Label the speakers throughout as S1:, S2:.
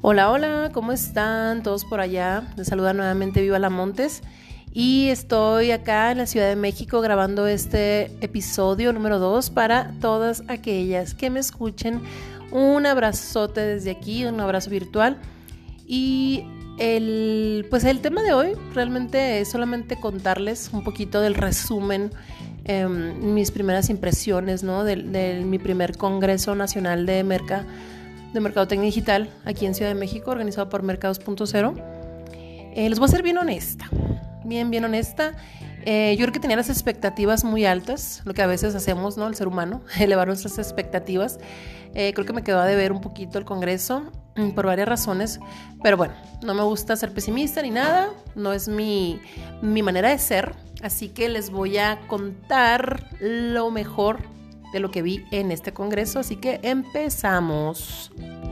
S1: Hola, hola, ¿cómo están todos por allá? Les saluda nuevamente Viva La Montes y estoy acá en la Ciudad de México grabando este episodio número 2 para todas aquellas que me escuchen. Un abrazote desde aquí, un abrazo virtual y el tema de hoy realmente es solamente contarles un poquito del resumen, mis primeras impresiones, ¿no? de mi primer Congreso Nacional de Mercadotecnia Digital aquí en Ciudad de México, organizado por Mercados.0. Les voy a ser bien honesta, bien honesta. Yo creo que tenía las expectativas muy altas, lo que a veces hacemos, ¿no? El ser humano, elevar nuestras expectativas. Creo que me quedó a deber un poquito el Congreso por varias razones, pero bueno, no me gusta ser pesimista ni nada, no es mi manera de ser, así que les voy a contar lo mejor de lo que vi en este Congreso, así que empezamos.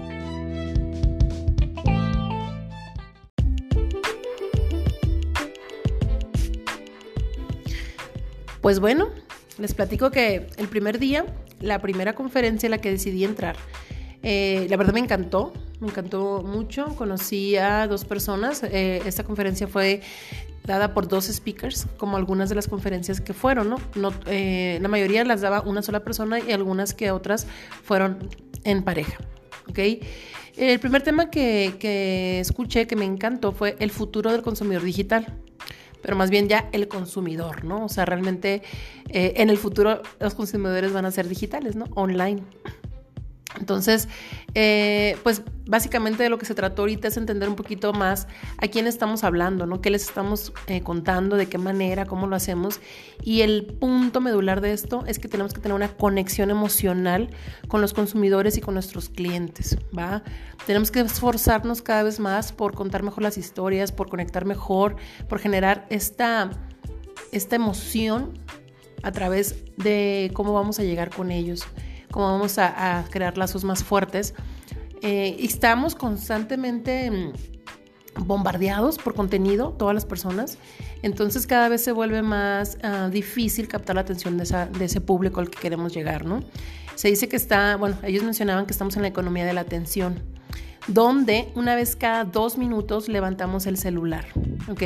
S1: Pues bueno, les platico que el primer día, la primera conferencia en la que decidí entrar, la verdad me encantó mucho. Conocí a 2 personas. Esta conferencia fue dada por 2 speakers, como algunas de las conferencias que fueron, ¿no? La mayoría las daba una sola persona y algunas que otras fueron en pareja, ¿ok? El primer tema que escuché que me encantó fue el futuro del consumidor digital, pero más bien ya el consumidor, ¿no? O sea, realmente en el futuro los consumidores van a ser digitales, ¿no? Online. Entonces, pues básicamente de lo que se trató ahorita es entender un poquito más a quién estamos hablando, ¿no? ¿Qué les estamos contando? ¿De qué manera? ¿Cómo lo hacemos? Y el punto medular de esto es que tenemos que tener una conexión emocional con los consumidores y con nuestros clientes, ¿va? Tenemos que esforzarnos cada vez más por contar mejor las historias, por conectar mejor, por generar esta emoción a través de cómo vamos a llegar con ellos, cómo vamos a crear lazos más fuertes. Estamos constantemente bombardeados por contenido, todas las personas, entonces cada vez se vuelve más difícil captar la atención de ese público al que queremos llegar, ¿no? Se dice que ellos mencionaban que estamos en la economía de la atención, donde una vez cada 2 minutos levantamos el celular, ¿ok?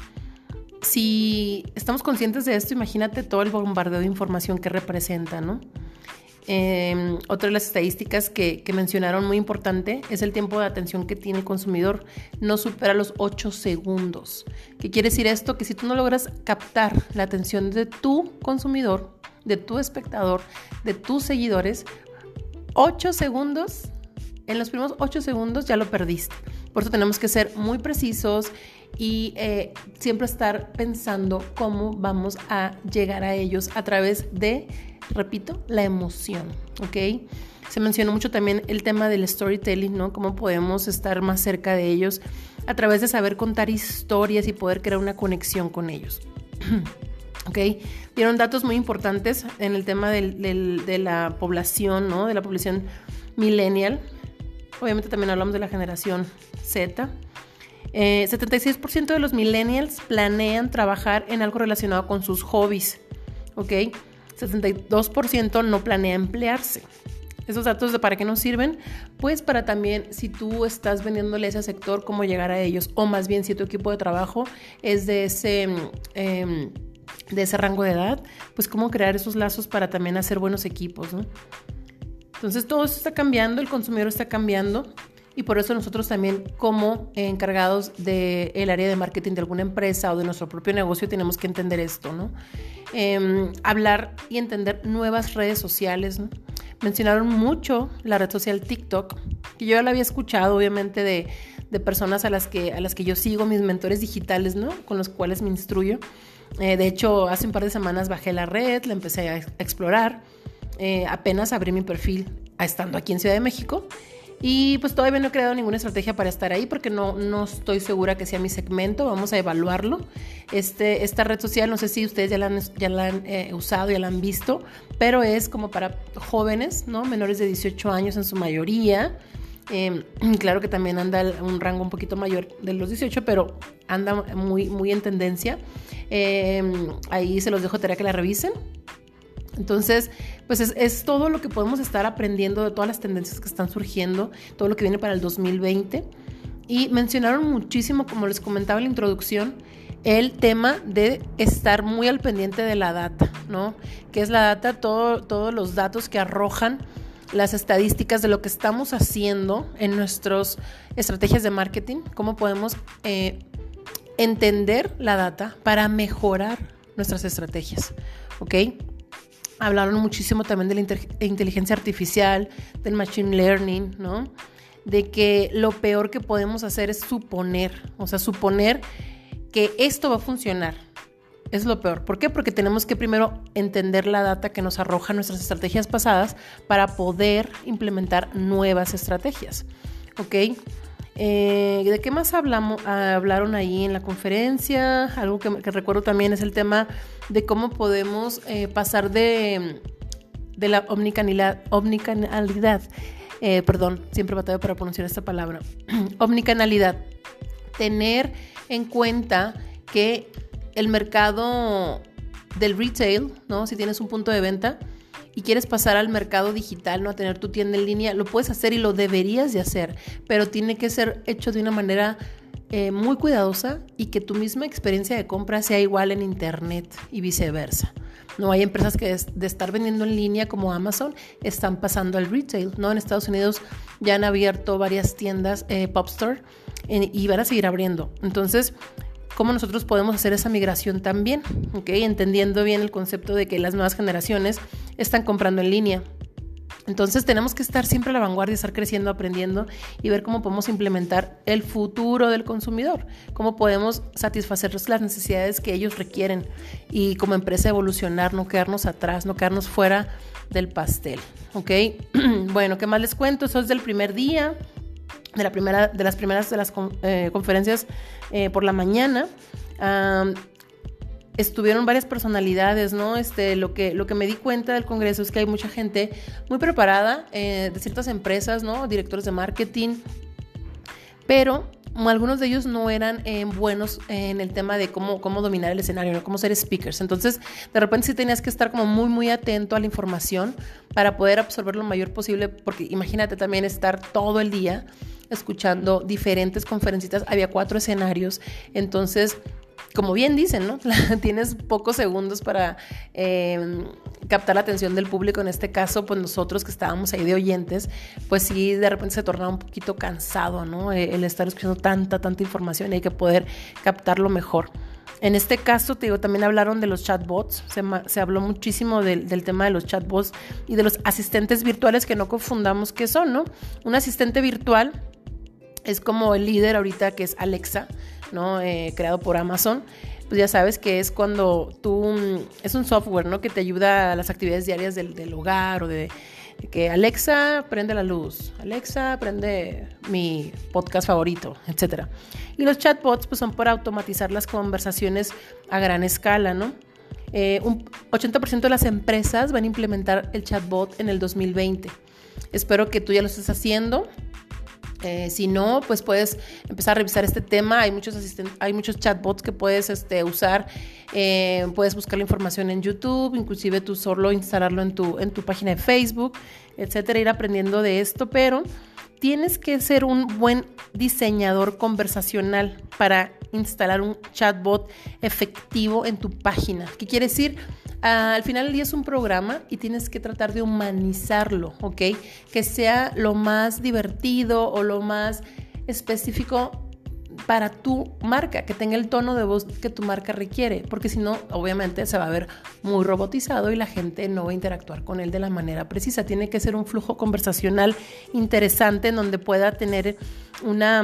S1: Si estamos conscientes de esto, imagínate todo el bombardeo de información que representa, ¿no? Otra de las estadísticas que mencionaron muy importante es el tiempo de atención que tiene el consumidor. No supera los 8 segundos. ¿Qué quiere decir esto? Que si tú no logras captar la atención de tu consumidor, de tu espectador, de tus seguidores, 8 segundos, en los primeros 8 segundos ya lo perdiste. Por eso tenemos que ser muy precisos y siempre estar pensando cómo vamos a llegar a ellos a través de, repito, la emoción, ¿ok? Se mencionó mucho también el tema del storytelling, ¿no? Cómo podemos estar más cerca de ellos a través de saber contar historias y poder crear una conexión con ellos, ¿ok? Dieron datos muy importantes en el tema de la población, ¿no? De la población millennial. Obviamente también hablamos de la generación Z. 76% de los millennials planean trabajar en algo relacionado con sus hobbies, ¿ok? 72% no planea emplearse. ¿Esos datos para qué nos sirven? Pues para también, si tú estás vendiéndole a ese sector, cómo llegar a ellos, o más bien si tu equipo de trabajo es de ese rango de edad, pues cómo crear esos lazos para también hacer buenos equipos, ¿no? Entonces todo esto está cambiando, el consumidor está cambiando y por eso nosotros también como encargados del área de marketing de alguna empresa o de nuestro propio negocio tenemos que entender esto, ¿no? Hablar y entender nuevas redes sociales, ¿no? Mencionaron mucho la red social TikTok, que yo ya la había escuchado obviamente de personas a las que yo sigo, mis mentores digitales, ¿no? Con los cuales me instruyo. De hecho, hace un par de semanas bajé la red, la empecé a explorar. Apenas abrí mi perfil estando aquí en Ciudad de México y pues todavía no he creado ninguna estrategia para estar ahí porque no estoy segura que sea mi segmento. Vamos a evaluarlo. Esta red social, no sé si ustedes ya la han usado, ya la han visto, pero es como para jóvenes, ¿no? Menores de 18 años en su mayoría. Claro que también anda un rango un poquito mayor de los 18, pero anda muy en tendencia. Ahí se los dejo tarea que la revisen. Entonces, pues es todo lo que podemos estar aprendiendo de todas las tendencias que están surgiendo, todo lo que viene para el 2020. Y mencionaron muchísimo, como les comentaba en la introducción, el tema de estar muy al pendiente de la data, ¿no? ¿Qué es la data? Todos los datos que arrojan las estadísticas de lo que estamos haciendo en nuestras estrategias de marketing, cómo podemos entender la data para mejorar nuestras estrategias, ¿ok? Hablaron muchísimo también de la inteligencia artificial, del machine learning, ¿no? De que lo peor que podemos hacer es suponer que esto va a funcionar. Es lo peor. ¿Por qué? Porque tenemos que primero entender la data que nos arroja nuestras estrategias pasadas para poder implementar nuevas estrategias, ¿ok? ¿De qué más hablaron ahí en la conferencia? Algo que recuerdo también es el tema de cómo podemos pasar de la omnicanalidad. Siempre batallo para pronunciar esta palabra. Omnicanalidad. Tener en cuenta que el mercado del retail, ¿no? Si tienes un punto de venta y quieres pasar al mercado digital, ¿no? A tener tu tienda en línea, lo puedes hacer y lo deberías de hacer, pero tiene que ser hecho de una manera muy cuidadosa y que tu misma experiencia de compra sea igual en internet y viceversa. No hay empresas que de estar vendiendo en línea como Amazon están pasando al retail, ¿no? En Estados Unidos ya han abierto varias tiendas Pop Store y van a seguir abriendo. Entonces, ¿cómo nosotros podemos hacer esa migración también? ¿Okay? Entendiendo bien el concepto de que las nuevas generaciones están comprando en línea. Entonces tenemos que estar siempre a la vanguardia, estar creciendo, aprendiendo y ver cómo podemos implementar el futuro del consumidor, cómo podemos satisfacer las necesidades que ellos requieren y como empresa evolucionar, no quedarnos atrás, no quedarnos fuera del pastel, ¿ok? Bueno, ¿qué más les cuento? Eso es del primer día, de las primeras conferencias por la mañana. Estuvieron varias personalidades, ¿no? Lo que me di cuenta del congreso es que hay mucha gente muy preparada de ciertas empresas, ¿no? Directores de marketing, pero algunos de ellos no eran buenos en el tema de cómo dominar el escenario, ¿no? Cómo ser speakers. Entonces, de repente sí tenías que estar como muy, muy atento a la información para poder absorber lo mayor posible, porque imagínate también estar todo el día escuchando diferentes conferencistas. Había 4 escenarios, entonces, como bien dicen, ¿no? Tienes pocos segundos para captar la atención del público. En este caso, pues nosotros que estábamos ahí de oyentes, pues sí, de repente se tornaba un poquito cansado, ¿no? El estar escuchando tanta información y hay que poder captarlo mejor. En este caso, te digo, también hablaron de los chatbots. Se habló muchísimo del tema de los chatbots y de los asistentes virtuales, que no confundamos qué son, ¿no? Un asistente virtual es como el líder ahorita, que es Alexa, ¿no? Creado por Amazon. Pues ya sabes que es cuando es un software, ¿no? Que te ayuda a las actividades diarias del hogar, o de que Alexa, prende la luz, Alexa, prende mi podcast favorito, etc. Y los chatbots pues son para automatizar las conversaciones a gran escala, ¿no? Un 80% de las empresas van a implementar el chatbot en el 2020. Espero que tú ya lo estés haciendo. Si no, pues puedes empezar a revisar este tema. Hay muchos chatbots que puedes usar. Puedes buscar la información en YouTube, inclusive tú solo instalarlo en tu página de Facebook, etcétera, ir aprendiendo de esto, pero tienes que ser un buen diseñador conversacional para instalar un chatbot efectivo en tu página. ¿Qué quiere decir? Al final del día es un programa y tienes que tratar de humanizarlo, ¿ok? Que sea lo más divertido o lo más específico para tu marca, que tenga el tono de voz que tu marca requiere, porque si no, obviamente se va a ver muy robotizado y la gente no va a interactuar con él de la manera precisa. Tiene que ser un flujo conversacional interesante en donde pueda tener una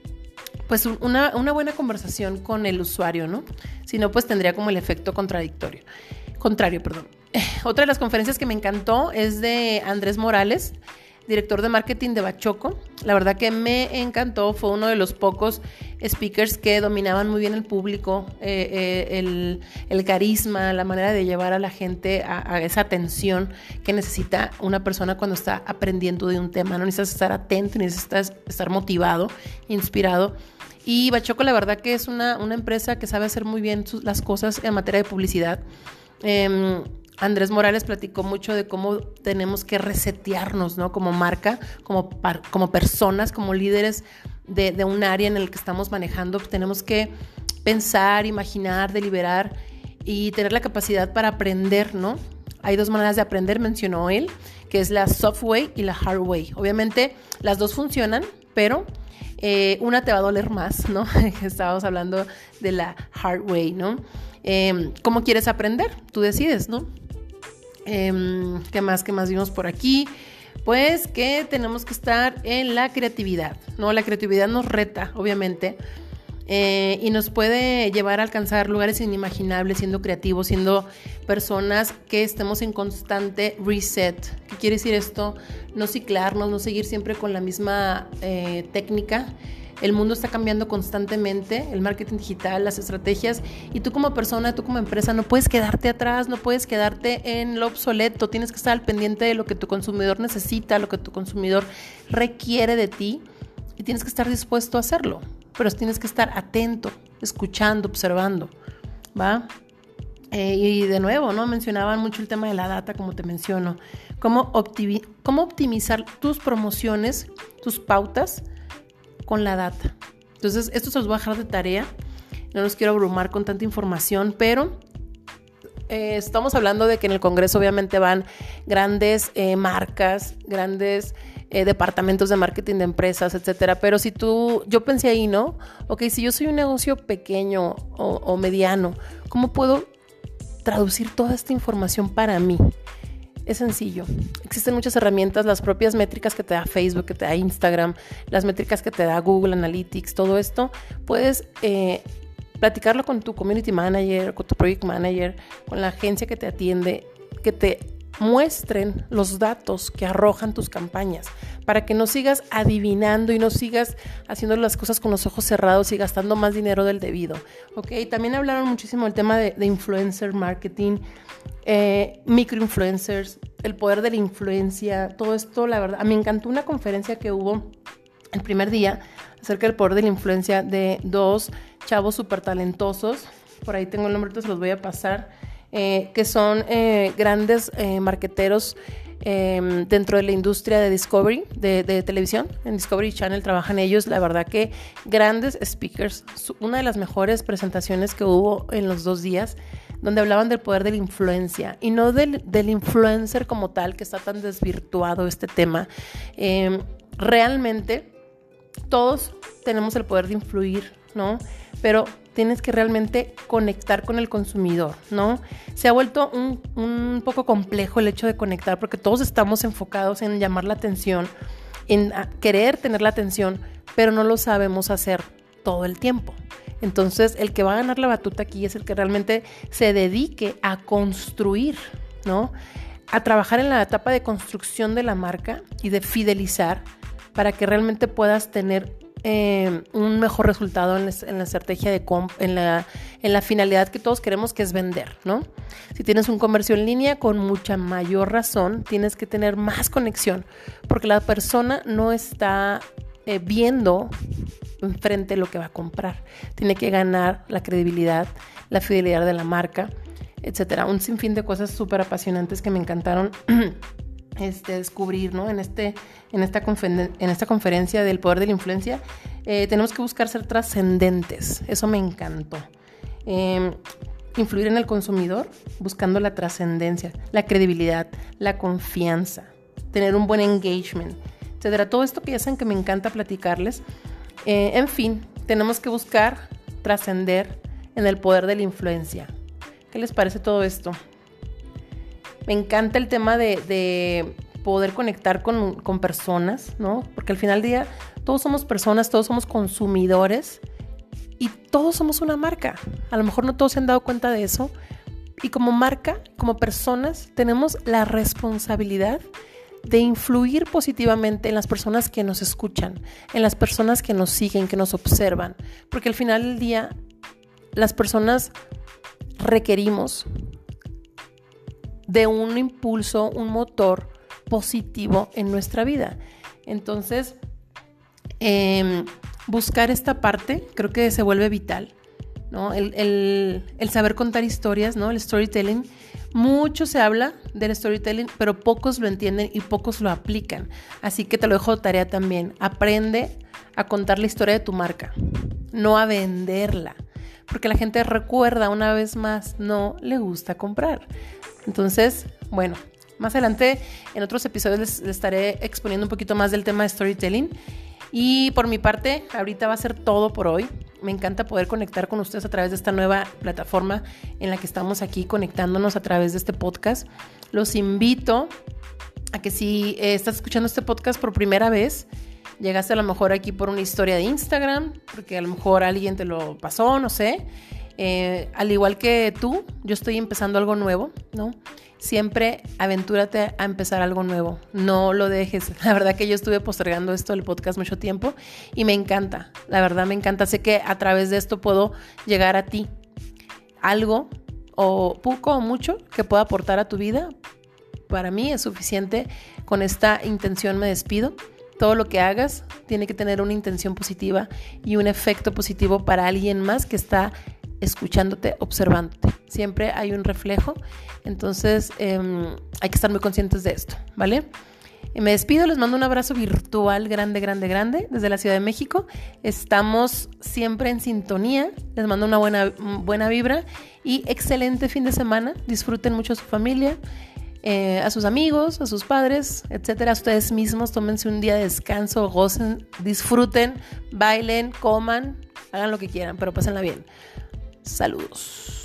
S1: buena conversación con el usuario, ¿no? Si no, pues tendría como el efecto contrario. Otra de las conferencias que me encantó es de Andrés Morales, director de marketing de Bachoco. La verdad que me encantó, fue uno de los pocos speakers que dominaban muy bien el público, el carisma, la manera de llevar a la gente a esa atención que necesita una persona cuando está aprendiendo de un tema, ¿no? Necesitas estar atento, necesitas estar motivado, inspirado. Y Bachoco la verdad que es una empresa que sabe hacer muy bien las cosas en materia de publicidad. Andrés Morales platicó mucho de cómo tenemos que resetearnos, ¿no? Como marca, como personas, como líderes de un área en el que estamos manejando. Tenemos que pensar, imaginar, deliberar y tener la capacidad para aprender, ¿no? Hay 2 maneras de aprender, mencionó él, que es la soft way y la hard way. Obviamente las 2 funcionan, pero una te va a doler más, ¿no? Estábamos hablando de la hard way, ¿no? ¿Cómo quieres aprender? Tú decides, ¿no? ¿Qué más vimos por aquí? Pues que tenemos que estar en la creatividad, ¿no? La creatividad nos reta, obviamente, y nos puede llevar a alcanzar lugares inimaginables siendo creativos, siendo personas que estemos en constante reset. ¿Qué quiere decir esto? No ciclarnos, no seguir siempre con la misma técnica. El mundo está cambiando constantemente, el marketing digital, las estrategias, y tú como persona, tú como empresa, no puedes quedarte atrás, no puedes quedarte en lo obsoleto, tienes que estar al pendiente de lo que tu consumidor necesita, lo que tu consumidor requiere de ti, y tienes que estar dispuesto a hacerlo, pero tienes que estar atento, escuchando, observando, ¿va? Y de nuevo, ¿no? Mencionaban mucho el tema de la data, como te menciono, cómo optimizar tus promociones, tus pautas, con la data. Entonces, esto se los voy a dejar de tarea. No los quiero abrumar con tanta información, pero estamos hablando de que en el Congreso obviamente van grandes marcas, grandes departamentos de marketing de empresas, etcétera. Pero yo pensé ahí, ¿no? Ok, si yo soy un negocio pequeño o mediano, ¿cómo puedo traducir toda esta información para mí? Es sencillo. Existen muchas herramientas, las propias métricas que te da Facebook, que te da Instagram, las métricas que te da Google Analytics, todo esto. Puedes platicarlo con tu community manager, con tu project manager, con la agencia que te atiende, que te muestren los datos que arrojan tus campañas para que no sigas adivinando y no sigas haciendo las cosas con los ojos cerrados y gastando más dinero del debido. ¿Okay? También hablaron muchísimo del tema de influencer marketing, microinfluencers, el poder de la influencia, todo esto, la verdad, me encantó una conferencia que hubo el primer día acerca del poder de la influencia de 2 chavos súper talentosos. Por ahí tengo el nombre, se los voy a pasar. Que son grandes marketeros dentro de la industria de Discovery, de televisión. En Discovery Channel trabajan ellos, la verdad que grandes speakers. Una de las mejores presentaciones que hubo en los 2 días, donde hablaban del poder de la influencia y no del influencer como tal, que está tan desvirtuado este tema. Realmente todos tenemos el poder de influir, ¿no? Pero tienes que realmente conectar con el consumidor, ¿no? Se ha vuelto un poco complejo el hecho de conectar porque todos estamos enfocados en llamar la atención, en querer tener la atención, pero no lo sabemos hacer todo el tiempo. Entonces, el que va a ganar la batuta aquí es el que realmente se dedique a construir, ¿no? A trabajar en la etapa de construcción de la marca y de fidelizar para que realmente puedas tener un mejor resultado en la estrategia de en la finalidad que todos queremos, que es vender, ¿no? Si tienes un comercio en línea, con mucha mayor razón tienes que tener más conexión, porque la persona no está viendo enfrente lo que va a comprar. Tiene que ganar la credibilidad, la fidelidad de la marca, etcétera. Un sinfín de cosas súper apasionantes que me encantaron descubrir, ¿no? En esta conferencia del poder de la influencia. Tenemos que buscar ser trascendentes. Eso me encantó. Influir en el consumidor buscando la trascendencia, la credibilidad, la confianza, tener un buen engagement, etcétera. Todo esto que ya saben que me encanta platicarles. En fin, tenemos que buscar trascender en el poder de la influencia. ¿Qué les parece todo esto? Me encanta el tema de poder conectar con personas, ¿no? Porque al final del día todos somos personas, todos somos consumidores y todos somos una marca. A lo mejor no todos se han dado cuenta de eso. Y como marca, como personas, tenemos la responsabilidad de influir positivamente en las personas que nos escuchan, en las personas que nos siguen, que nos observan. Porque al final del día las personas requerimos de un impulso, un motor positivo en nuestra vida. Entonces, buscar esta parte creo que se vuelve vital, ¿no? El saber contar historias, ¿no? El storytelling, Mucho se habla del storytelling, pero pocos lo entienden y pocos lo aplican. Así que te lo dejo de tarea también. Aprende a contar la historia de tu marca, no a venderla. Porque la gente recuerda una vez más, no le gusta comprar. Entonces, bueno, más adelante en otros episodios les estaré exponiendo un poquito más del tema de storytelling. Y por mi parte, ahorita va a ser todo por hoy. Me encanta poder conectar con ustedes a través de esta nueva plataforma en la que estamos aquí conectándonos a través de este podcast. Los invito a que si estás escuchando este podcast por primera vez, llegaste a lo mejor aquí por una historia de Instagram, porque a lo mejor alguien te lo pasó, no sé. Al igual que tú, yo estoy empezando algo nuevo, ¿no? Siempre aventúrate a empezar algo nuevo, no lo dejes. La verdad que yo estuve postergando esto del podcast mucho tiempo y me encanta, la verdad me encanta. Sé que a través de esto puedo llegar a ti, algo o poco o mucho que pueda aportar a tu vida. Para mí es suficiente, con esta intención me despido. Todo lo que hagas tiene que tener una intención positiva y un efecto positivo para alguien más que está escuchándote, observándote. Siempre hay un reflejo, entonces hay que estar muy conscientes de esto, ¿vale? Me despido, les mando un abrazo virtual grande, grande, grande desde la Ciudad de México. Estamos siempre en sintonía, les mando una buena vibra y excelente fin de semana. Disfruten mucho a su familia, a sus amigos, a sus padres, etcétera. Ustedes mismos, tómense un día de descanso, gocen, disfruten, bailen, coman, hagan lo que quieran, pero pásenla bien. Saludos.